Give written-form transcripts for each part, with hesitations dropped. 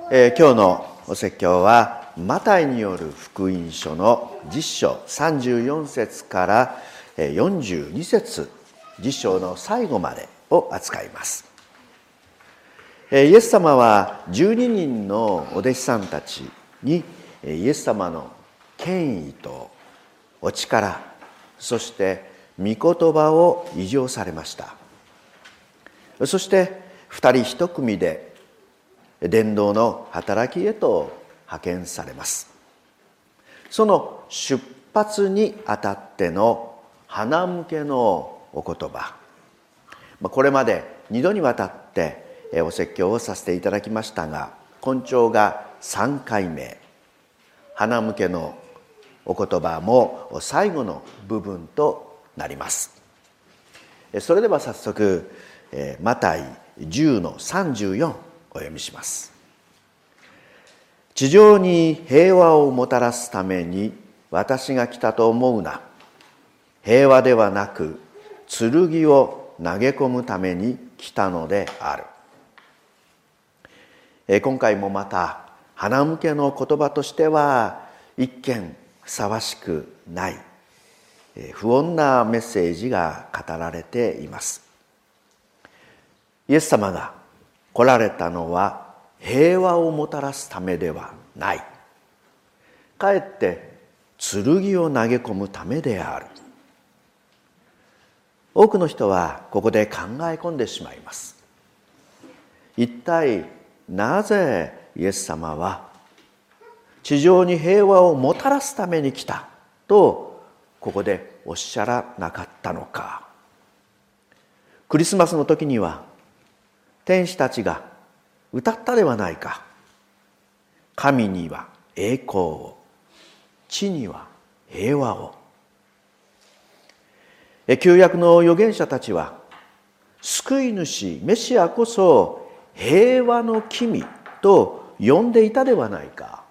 今日のお説教はマタイによる福音書の10章34節から42節、10章の最後までを扱います。イエス様は12人のお弟子さんたちにイエス様の権威とお力、そして御言葉を異常されました。そして2人1組で伝道の働きへと派遣されます。その出発にあたっての花向けのお言葉、これまで2度にわたってお説教をさせていただきましたが、今朝が3回目、花向けのお言葉も最後の部分となります。それでは早速マタイ10の34お読みします。地上に平和をもたらすために私が来たと思うな。平和ではなく剣を投げ込むために来たのである。今回もまた花向けの言葉としては一見ふさわしくない不穏なメッセージが語られています。イエス様が来られたのは平和をもたらすためではない。かえって剣を投げ込むためである。多くの人はここで考え込んでしまいます。一体なぜイエス様は地上に平和をもたらすために来たとここでおっしゃらなかったのか。クリスマスの時には天使たちが歌ったではないか。神には栄光を、地には平和を。旧約の預言者たちは救い主メシアこそ平和の君と呼んでいたではないか。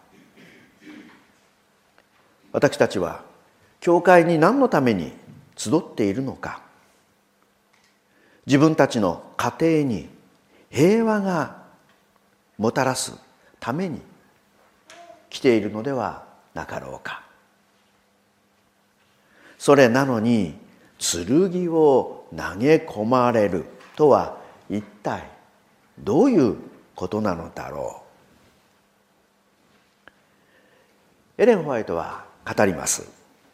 私たちは教会に何のために集っているのか。自分たちの家庭に平和がもたらすために来ているのではなかろうか。それなのに剣を投げ込まれるとは一体どういうことなのだろう。エレン・ホワイトは語ります。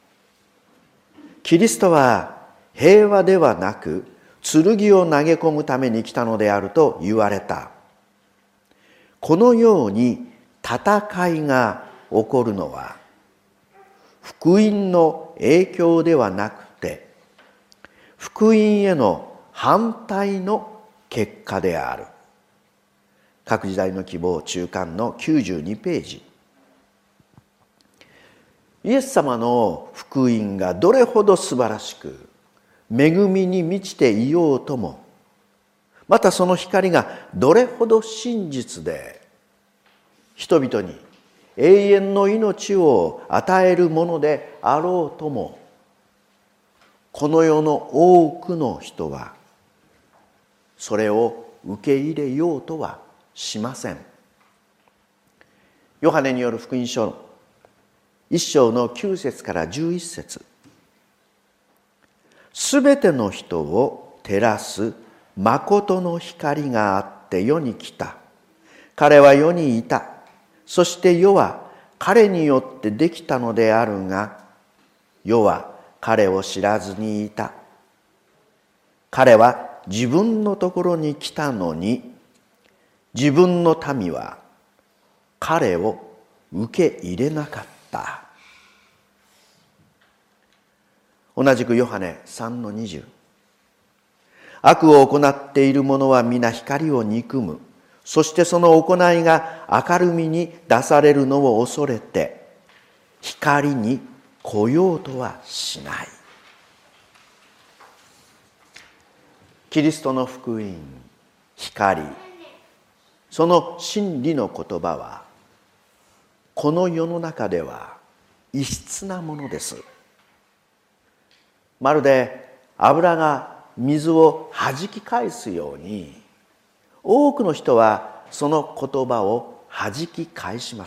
キリストは平和ではなく剣を投げ込むために来たのであると言われた。このように戦いが起こるのは福音の影響ではなくて福音への反対の結果である。各時代の希望中間の92ページ。イエス様の福音がどれほど素晴らしく恵みに満ちていようとも、またその光がどれほど真実で人々に永遠の命を与えるものであろうとも、この世の多くの人はそれを受け入れようとはしません。ヨハネによる福音書の1章の9節から11節。すべての人を照らす誠の光があって世に来た。彼は世にいた。そして世は彼によってできたのであるが、世は彼を知らずにいた。彼は自分のところに来たのに、自分の民は彼を受け入れなかった。同じくヨハネ3の20。悪を行っている者は皆光を憎む。そしてその行いが明るみに出されるのを恐れて光に来ようとはしない。キリストの福音、光、その真理の言葉はこの世の中では異質なものです。まるで油が水を弾き返すように多くの人はその言葉を弾き返します。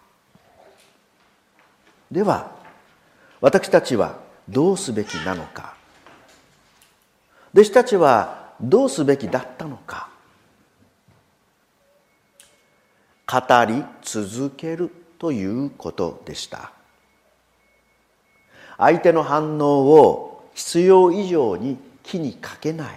では私たちはどうすべきなのか、弟子たちはどうすべきだったのか。語り続けるということでした。相手の反応を必要以上に気にかけない。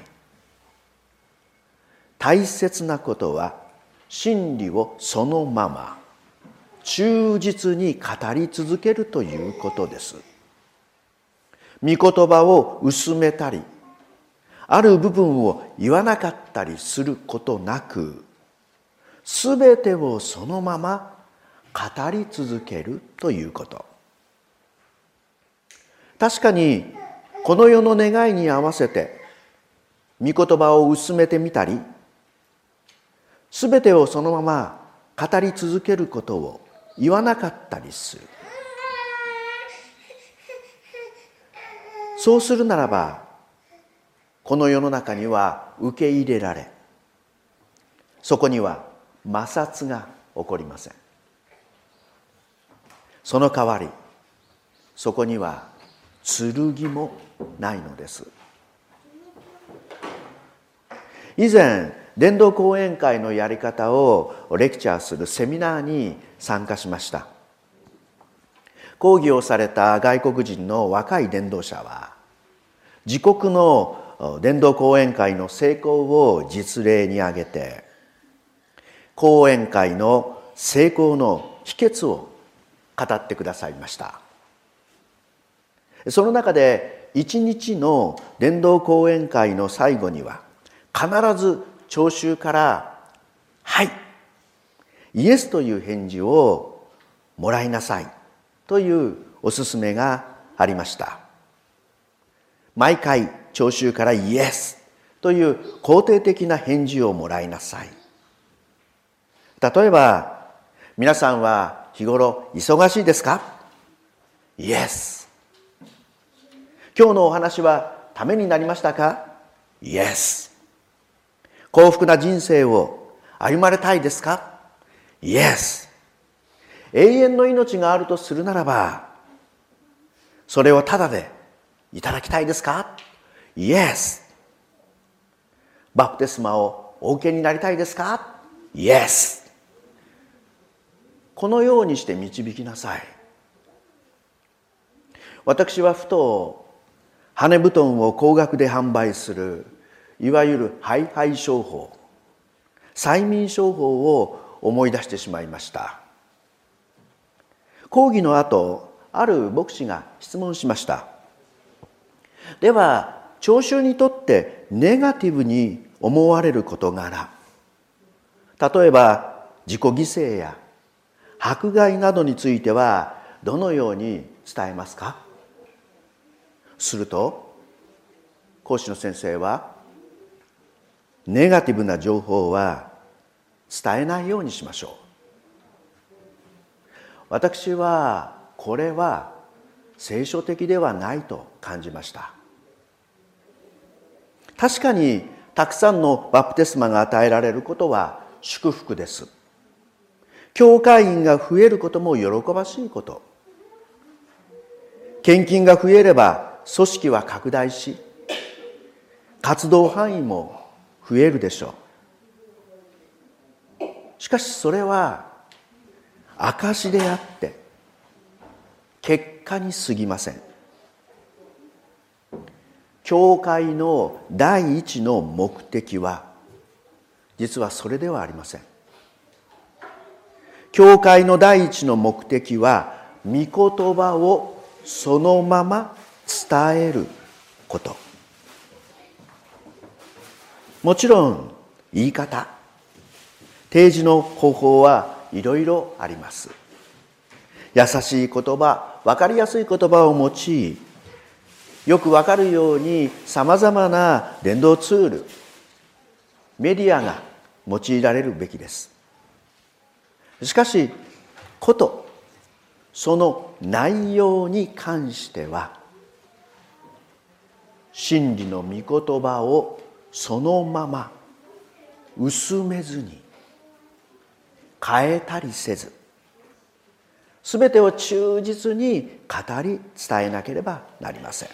大切なことは真理をそのまま忠実に語り続けるということです。御言葉を薄めたり、ある部分を言わなかったりすることなく、すべてをそのまま語り続けるということ。確かにこの世の願いに合わせて御言葉を薄めてみたり、すべてをそのまま語り続けることを言わなかったりする。そうするならば、この世の中には受け入れられ、そこには摩擦が起こりません。その代わり、そこには剣もないのです。以前、伝道講演会のやり方をレクチャーするセミナーに参加しました。講義をされた外国人の若い伝道者は、自国の伝道講演会の成功を実例に挙げて、講演会の成功の秘訣を語ってくださいました。その中で一日の伝道講演会の最後には、必ず聴衆から「はい、イエス」という返事をもらいなさいというお勧めがありました。毎回聴衆からイエスという肯定的な返事をもらいなさい。例えば、皆さんは日頃忙しいですか？イエス。今日のお話はためになりましたか？イエス。幸福な人生を歩まれたいですか？イエス。永遠の命があるとするならば、それをただでいただきたいですか？イエス。バプテスマをお受けになりたいですか？イエス。このようにして導きなさい。私はふと羽布団を高額で販売するいわゆるハイハイ商法、催眠商法を思い出してしまいました。講義の後、ある牧師が質問しました。では、聴衆にとってネガティブに思われる事柄、例えば自己犠牲や迫害などについてはどのように伝えますか？すると、講師の先生は、ネガティブな情報は伝えないようにしましょう。私はこれは聖書的ではないと感じました。確かにたくさんのバプテスマが与えられることは祝福です。教会員が増えることも喜ばしいこと。献金が増えれば組織は拡大し、活動範囲も増えるでしょう。しかしそれは証であって結果に過ぎません。教会の第一の目的は実はそれではありません。教会の第一の目的は御言葉をそのまま伝えること。もちろん言い方、提示の方法はいろいろあります。優しい言葉、分かりやすい言葉を用い、よく分かるようにさまざまな伝道ツール、メディアが用いられるべきです。しかし、ことその内容に関しては、真理の御言葉をそのまま薄めずに変えたりせず、すべてを忠実に語り伝えなければなりません。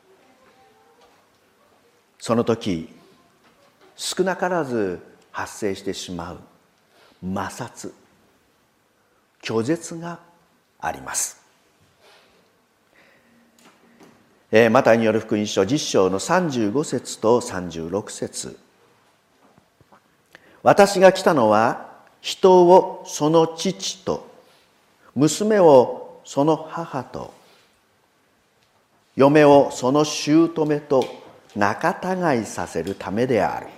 その時、少なからず発生してしまう摩擦、拒絶があります。マタイによる福音書10章の35節と36節。私が来たのは、人をその父と、娘をその母と、嫁をその姑と仲違いさせるためである。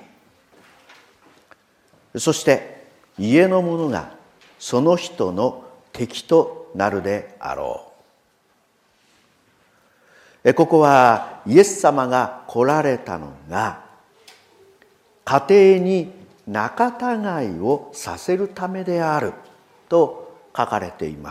そして家の者がその人の敵となるであろう。ここはイエス様が来られたのが、家庭に仲違いをさせるためであると書かれています。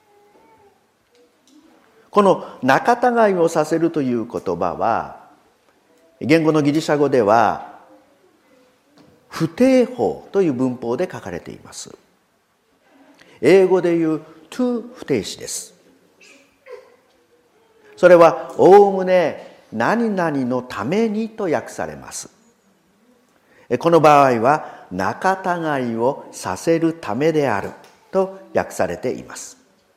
この仲違いをさせるという言葉は、言語のギリシャ語では不定法という文法で書かれています。英語でいう to 不定詞です。それはおおむね何々のためにと訳されます。この場合は仲違いをさせるためであると訳されています。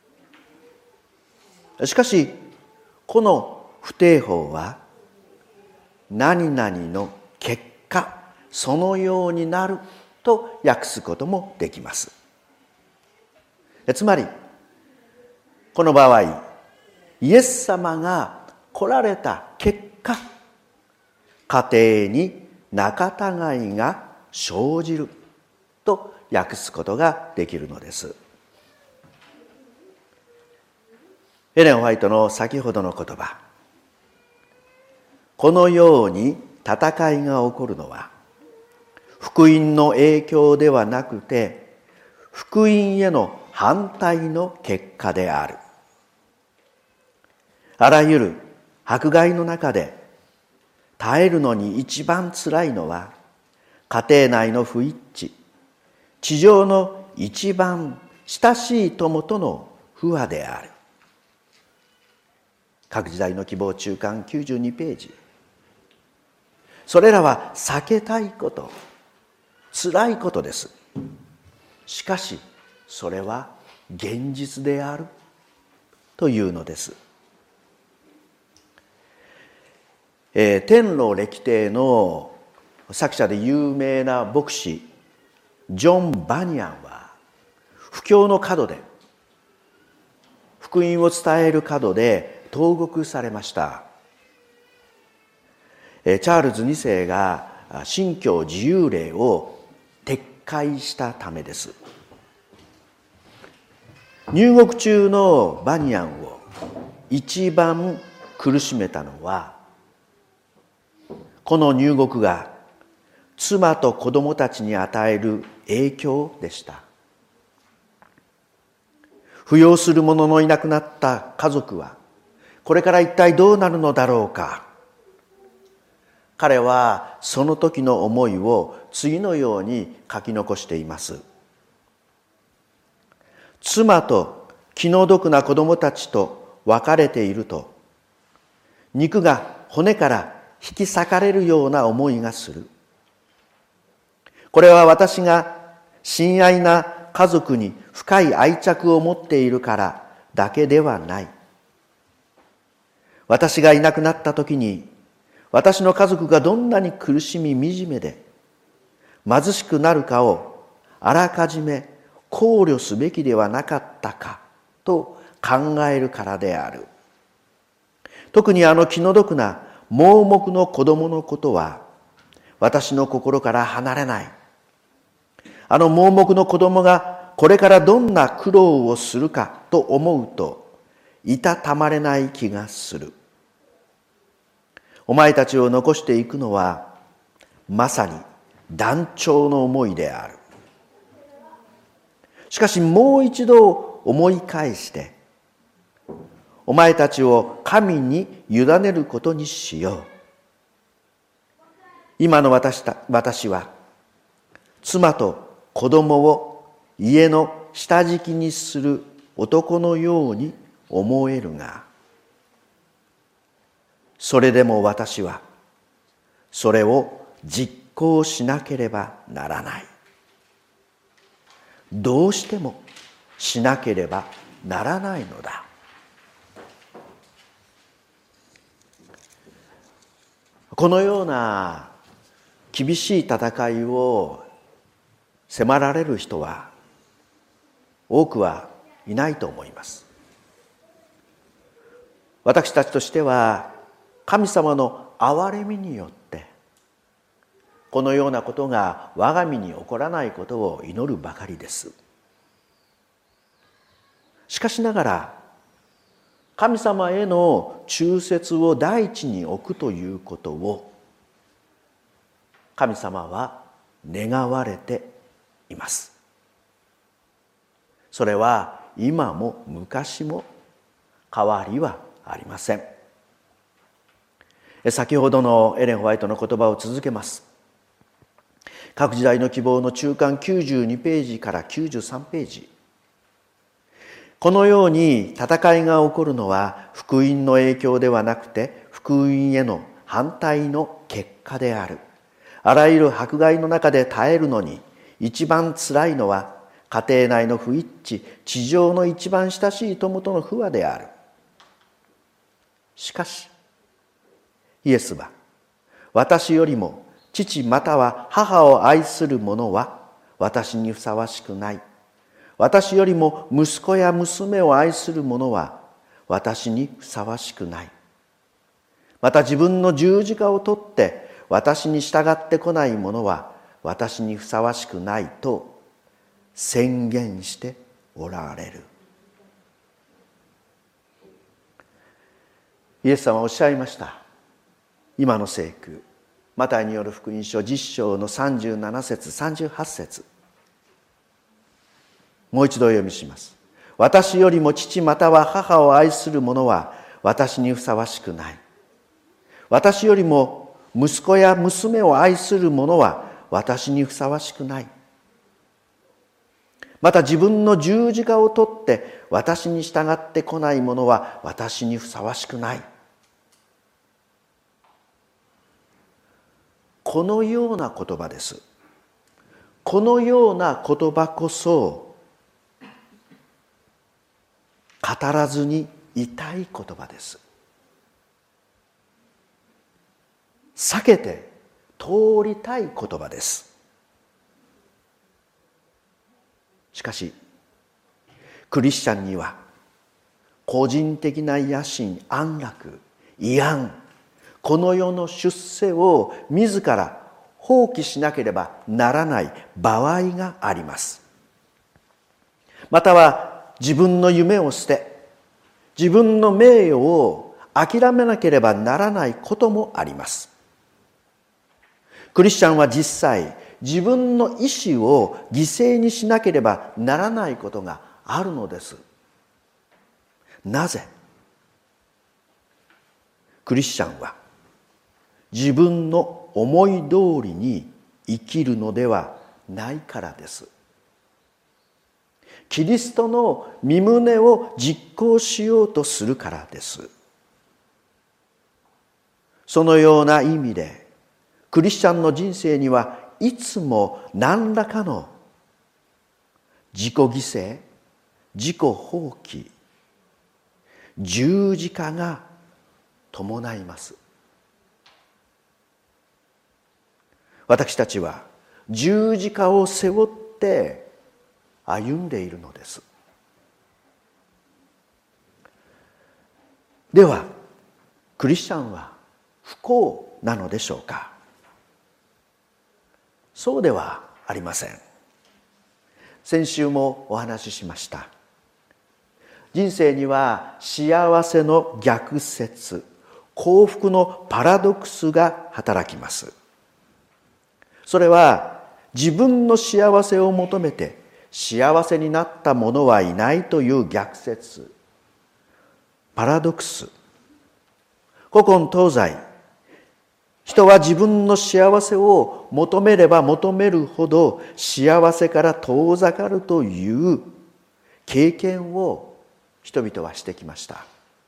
しかしこの不定法は何々の結果、そのようになると訳すこともできます。つまりこの場合、イエス様が来られた結果、家庭に仲違いが生じると訳すことができるのです。エレン・ホワイトの先ほどの言葉、このように戦いが起こるのは福音の影響ではなくて、福音への反対の結果である。あらゆる迫害の中で耐えるのに一番つらいのは、家庭内の不一致、地上の一番親しい友との不和である。各時代の希望中間92ページ。それらは避けたいこと、つらいことです。しかしそれは現実であるというのです。天路歴帝の作者で有名な牧師ジョン・バニャンは、布教の門で、福音を伝える門で投獄されました。チャールズ2世が信教自由令を撤回したためです。入獄中のバニャンを一番苦しめたのは、この入獄が妻と子供たちに与える影響でした。扶養する者のいなくなった家族はこれから一体どうなるのだろうか。彼はその時の思いを次のように書き残しています。妻と気の毒な子供たちと別れていると、肉が骨から引き裂かれるような思いがする。これは私が親愛な家族に深い愛着を持っているからだけではない。私がいなくなった時に、私の家族がどんなに苦しみ惨めで貧しくなるかをあらかじめ考慮すべきではなかったかと考えるからである。特にあの気の毒な盲目の子供のことは私の心から離れない。あの盲目の子供がこれからどんな苦労をするかと思うといたたまれない気がする。お前たちを残していくのはまさに断腸の思いである。しかしもう一度思い返して、お前たちを神に委ねることにしよう。今の私は妻と子供を家の下敷きにする男のように思えるが、それでも私はそれを実行しなければならない。どうしてもしなければならないのだ。このような厳しい戦いを迫られる人は多くはいないと思います。私たちとしては神様の憐れみによってこのようなことが我が身に起こらないことを祈るばかりです。しかしながら神様への忠節を第一に置くということを神様は願われています。それは今も昔も変わりはありません。先ほどのエレン・ホワイトの言葉を続けます。各時代の希望の中間92ページから93ページ。このように戦いが起こるのは福音の影響ではなくて福音への反対の結果である。あらゆる迫害の中で耐えるのに一番つらいのは家庭内の不一致、地上の一番親しい友との不和である。しかしイエスは私よりも父または母を愛する者は私にふさわしくない。私よりも息子や娘を愛する者は私にふさわしくない。また自分の十字架を取って私に従ってこない者は私にふさわしくないと宣言しておられる。イエス様はおっしゃいました。今の聖句マタイによる福音書10章の37節38節、もう一度お読みします。私よりも父または母を愛する者は私にふさわしくない。私よりも息子や娘を愛する者は私にふさわしくない。また自分の十字架を取って私に従ってこない者は私にふさわしくない。このような言葉です。このような言葉こそ語らずにいたい言葉です。避けて通りたい言葉です。しかしクリスチャンには個人的な野心、安楽、慰安、この世の出世を自ら放棄しなければならない場合があります。または自分の夢を捨て、自分の名誉を諦めなければならないこともあります。クリスチャンは実際自分の意志を犠牲にしなければならないことがあるのです。なぜ？クリスチャンは自分の思い通りに生きるのではないからです。キリストの御胸を実行しようとするからです。そのような意味でクリスチャンの人生にはいつも何らかの自己犠牲、自己放棄、十字架が伴います。私たちは十字架を背負って歩んでいるのです。ではクリスチャンは不幸なのでしょうか？そうではありません。先週もお話ししました。人生には幸せの逆説、幸福のパラドクスが働きます。それは自分の幸せを求めて幸せになった者はいないという逆説、パラドクス。古今東西人は自分の幸せを求めれば求めるほど幸せから遠ざかるという経験を人々はしてきました。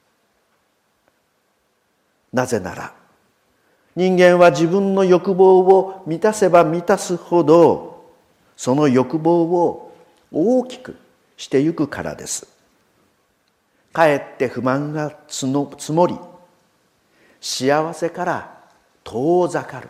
なぜなら、人間は自分の欲望を満たせば満たすほど、その欲望を大きくしてゆくからです。かえって不満が積もり、幸せから遠ざか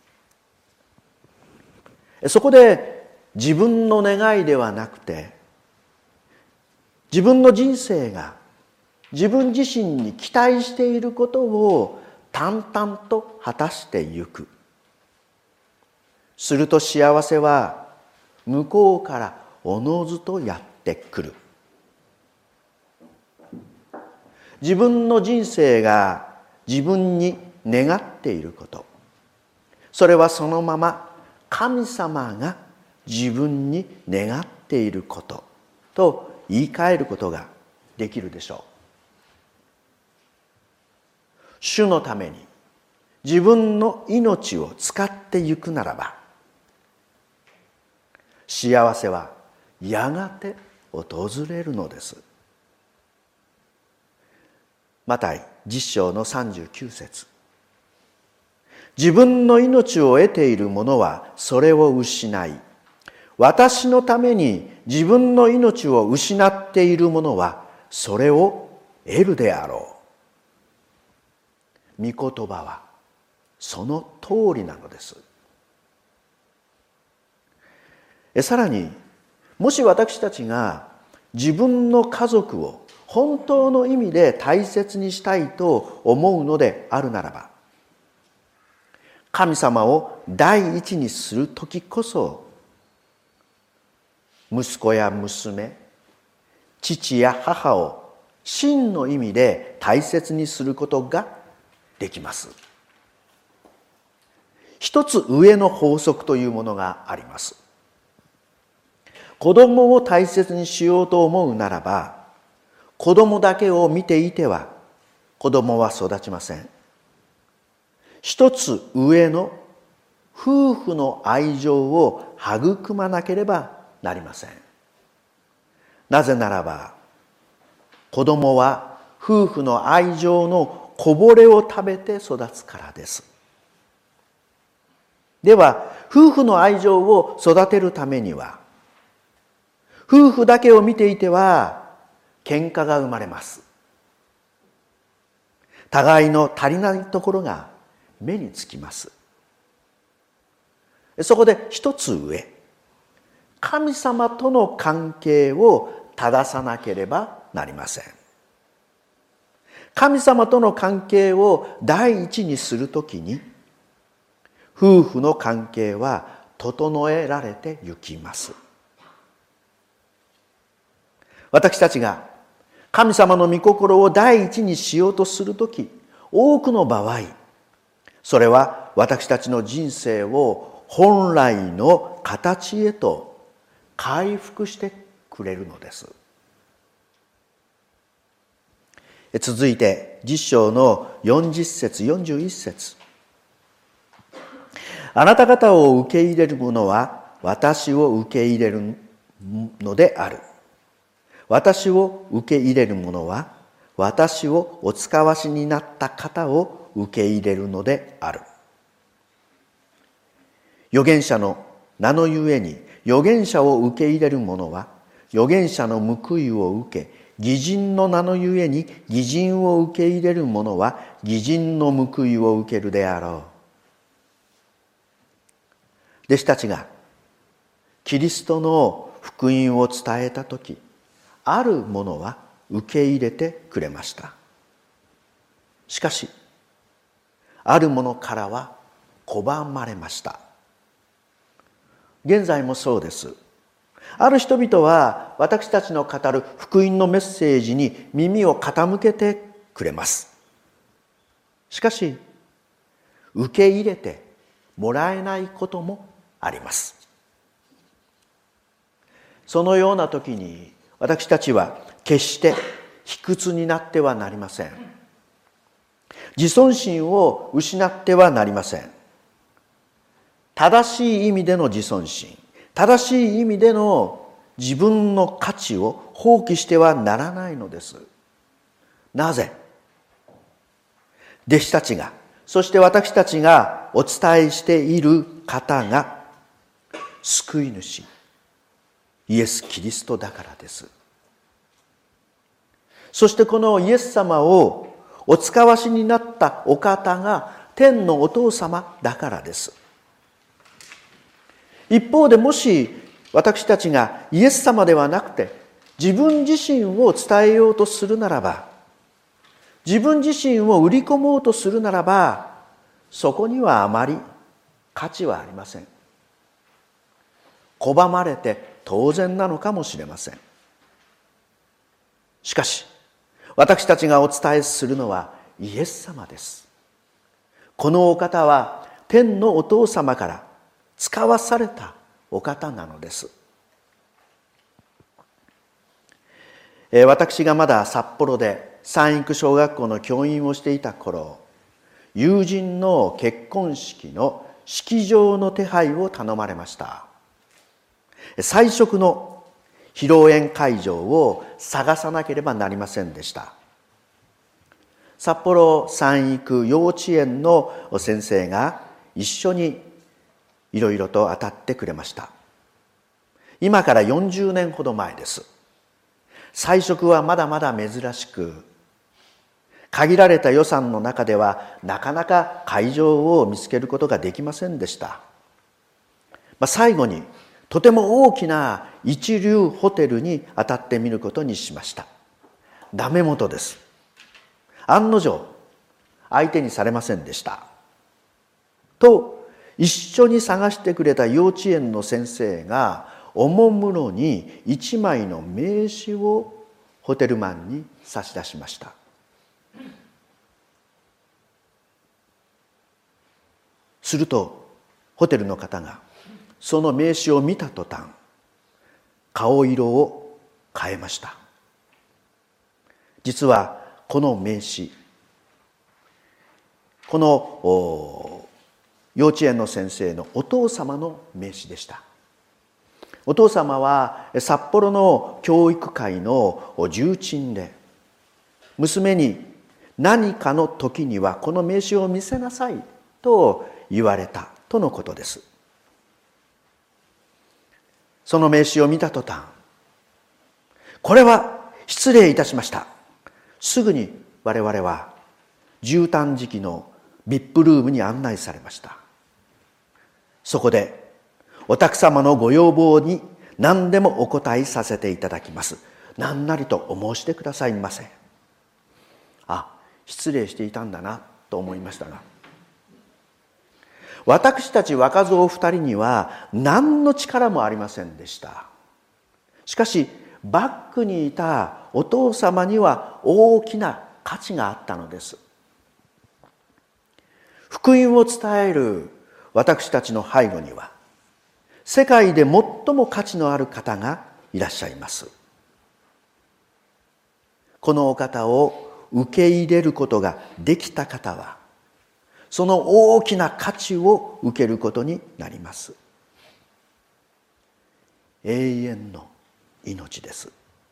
る。そこで自分の願いではなくて、自分の人生が自分自身に期待していることを淡々と果たしてゆく。すると幸せは向こうからおのずとやってくる。自分の人生が自分に願っていること、それはそのまま神様が自分に願っていることと言い換えることができるでしょう。主のために自分の命を使ってゆくならば、幸せはやがて訪れるのです。マタイ10章の39節。自分の命を得ている者はそれを失い、私のために自分の命を失っている者はそれを得るであろう。御言葉はその通りなのです。さらに、もし私たちが自分の家族を本当の意味で大切にしたいと思うのであるならば、神様を第一にするときこそ、息子や娘、父や母を真の意味で大切にすることができます。一つ上の法則というものがあります。子供を大切にしようと思うならば、子供だけを見ていては子供は育ちません。一つ上の夫婦の愛情を育まなければなりません。なぜならば、子供は夫婦の愛情のこぼれを食べて育つからです。では、夫婦の愛情を育てるためには、夫婦だけを見ていては喧嘩が生まれます。互いの足りないところが目につきます。そこで一つ上、神様との関係を正さなければなりません。神様との関係を第一にするときに、夫婦の関係は整えられてゆきます。私たちが神様の御心を第一にしようとするとき、多くの場合、それは私たちの人生を本来の形へと回復してくれるのです。続いて10章の40節41節。あなた方を受け入れる者は私を受け入れるのである。私を受け入れる者は私をお使わしになった方を受け入れるのである。預言者の名のゆえに預言者を受け入れる者は預言者の報いを受け、義人の名のゆえに義人を受け入れる者は義人の報いを受けるであろう。弟子たちがキリストの福音を伝えたとき、ある者は受け入れてくれました。しかし、ある者からは拒まれました。現在もそうです。ある人々は私たちの語る福音のメッセージに耳を傾けてくれます。しかし、受け入れてもらえないこともあります。そのような時に私たちは決して卑屈になってはなりません。 自尊心を失ってはなりません。正しい意味での自尊心、正しい意味での自分の価値を放棄してはならないのです。なぜ？弟子たちが、そして私たちがお伝えしている方が救い主、イエス・キリストだからです。そしてこのイエス様をお使わしになったお方が天のお父様だからです。一方でもし私たちがイエス様ではなくて自分自身を伝えようとするならば、自分自身を売り込もうとするならば、そこにはあまり価値はありません。拒まれて当然なのかもしれません。しかし私たちがお伝えするのはイエス様です。このお方は天のお父様から使わされたお方なのです。私がまだ札幌で三育小学校の教員をしていた頃、友人の結婚式の式場の手配を頼まれました。最初の披露宴会場を探さなければなりませんでした。札幌三育幼稚園の先生が一緒にいろいろと当たってくれました。今から40年ほど前です。彩色はまだまだ珍しく、限られた予算の中ではなかなか会場を見つけることができませんでした。最後にとても大きな一流ホテルに当たってみることにしました。ダメ元です。案の定相手にされませんでした。と一緒に探してくれた幼稚園の先生がおもむろに一枚の名刺をホテルマンに差し出しました。するとホテルの方がその名刺を見た途端、顔色を変えました。実はこの名刺、この幼稚園の先生のお父様の名刺でした。お父様は札幌の教育界の重鎮で、娘に何かの時にはこの名刺を見せなさいと言われたとのことです。その名刺を見た途端、これは失礼いたしました。すぐに我々は絨毯敷きのVIPルームに案内されました。そこでお宅様のご要望に何でもお答えさせていただきます。何なりとお申してくださいませ。失礼していたんだなと思いましたが、私たち若造二人には何の力もありませんでした。しかしバックにいたお父様には大きな価値があったのです。福音を伝える私たちの背後には、世界で最も価値のある方がいらっしゃいます。このお方を受け入れることができた方は、その大きな価値を受けることになります。永遠の命です。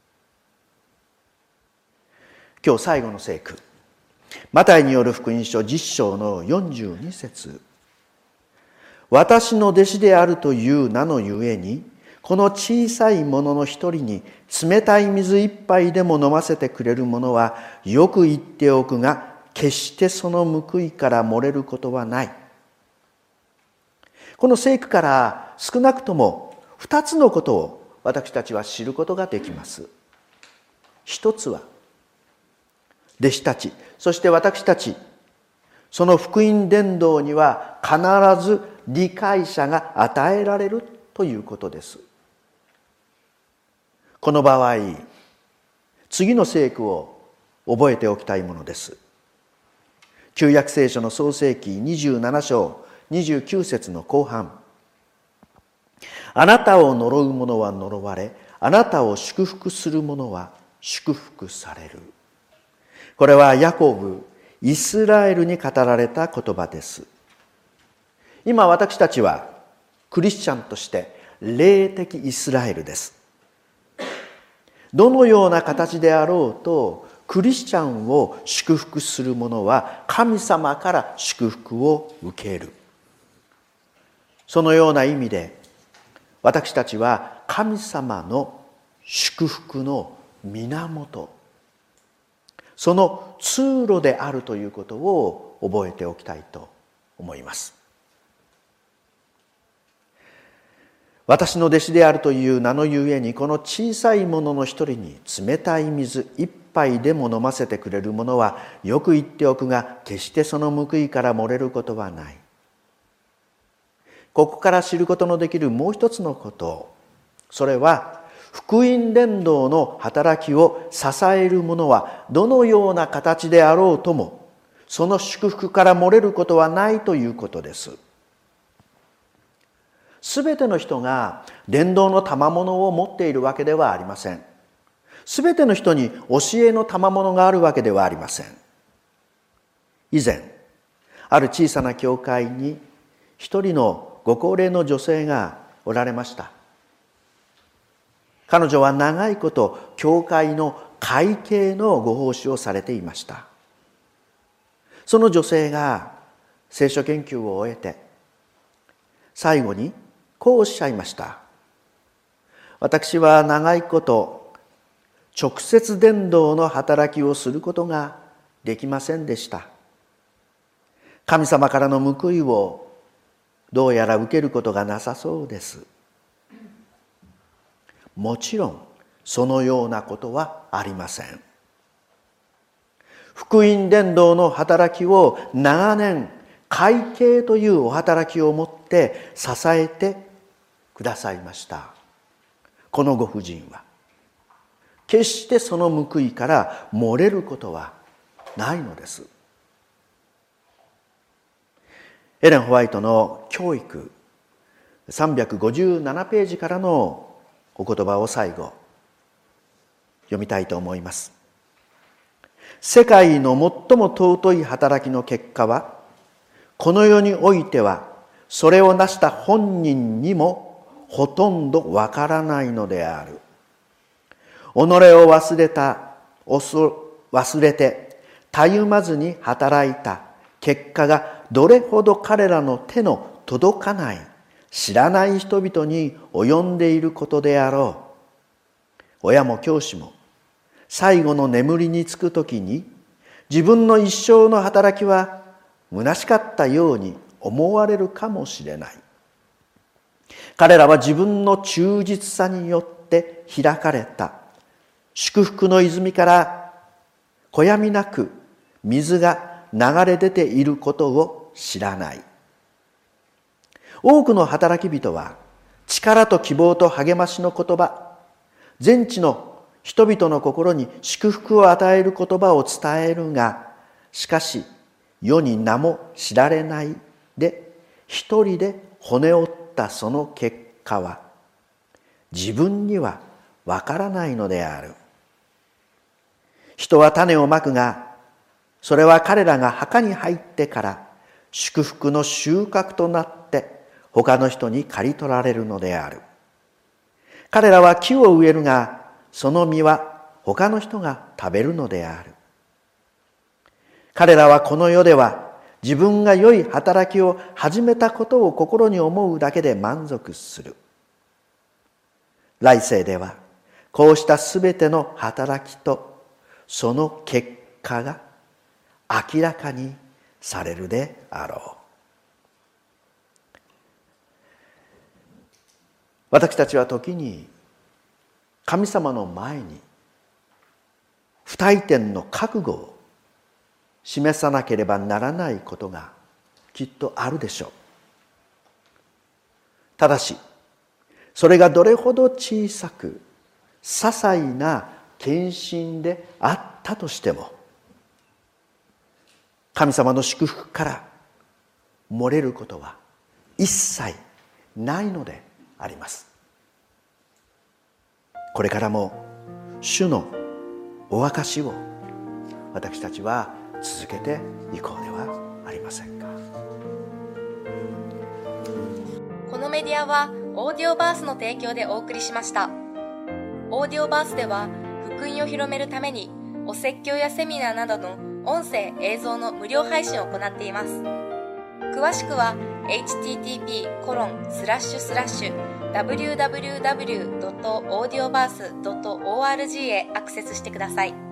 今日最後の聖句、マタイによる福音書10章の42節。私の弟子であるという名のゆえに、この小さいものの一人に冷たい水一杯でも飲ませてくれる者は、よく言っておくが、決してその報いから漏れることはない。この聖句から少なくとも2つのことを私たちは知ることができます。一つは、弟子たち、そして私たち、その福音伝道には必ず理解者が与えられるということです。この場合、次の聖句を覚えておきたいものです。旧約聖書の創世記27章29節の後半。あなたを呪う者は呪われ、あなたを祝福する者は祝福される。これはヤコブ、 イスラエルに語られた言葉です。今私たちはクリスチャンとして霊的イスラエルです。どのような形であろうとクリスチャンを祝福する者は神様から祝福を受ける。そのような意味で私たちは神様の祝福の源、その通路であるということを覚えておきたいと思います。私の弟子であるという名のゆえに、この小さい者の一人に冷たい水一杯でも飲ませてくれる者は、よく言っておくが、決してその報いから漏れることはない。ここから知ることのできるもう一つのこと、それは福音伝道の働きを支える者はどのような形であろうとも、その祝福から漏れることはないということです。すべての人が伝道の賜物を持っているわけではありません。すべての人に教えの賜物があるわけではありません。以前、ある小さな教会に一人のご高齢の女性がおられました。彼女は長いこと教会の会計のご奉仕をされていました。その女性が聖書研究を終えて、最後にこうおっしゃいました。私は長いこと直接伝道の働きをすることができませんでした。神様からの報いをどうやら受けることがなさそうです。もちろんそのようなことはありません。福音伝道の働きを長年会計というお働きをもって支えてくださいました。このご婦人は決してその報いから漏れることはないのです。エレン・ホワイトの教育357ページからのお言葉を最後読みたいと思います。世界の最も尊い働きの結果は、この世においてはそれを成した本人にもほとんどわからないのである。己を忘れてたゆまずに働いた結果がどれほど彼らの手の届かない知らない人々に及んでいることであろう。親も教師も最後の眠りにつくときに自分の一生の働きは虚しかったように思われるかもしれない。彼らは自分の忠実さによって開かれた祝福の泉からこやみなく水が流れ出ていることを知らない。多くの働き人は力と希望と励ましの言葉、全地の人々の心に祝福を与える言葉を伝えるが、しかし世に名も知られないで一人で骨折ったその結果は自分にはわからないのである。人は種をまくが、それは彼らが墓に入ってから祝福の収穫となって他の人に刈り取られるのである。彼らは木を植えるが、その実は他の人が食べるのである。彼らはこの世では自分が良い働きを始めたことを心に思うだけで満足する。来世ではこうしたすべての働きとその結果が明らかにされるであろう。私たちは時に神様の前に不退転の覚悟を示さなければならないことがきっとあるでしょう。ただし、それがどれほど小さく些細な献身であったとしても、神様の祝福から漏れることは一切ないのであります。これからも主のお証しを私たちは続けていこうではありませんか。 このメディアはオーディオバースの提供でお送りしました。オーディオバースでは福音を広めるためにお説教やセミナーなどの音声映像の無料配信を行っています。詳しくは http://www.audioverse.org へアクセスしてください。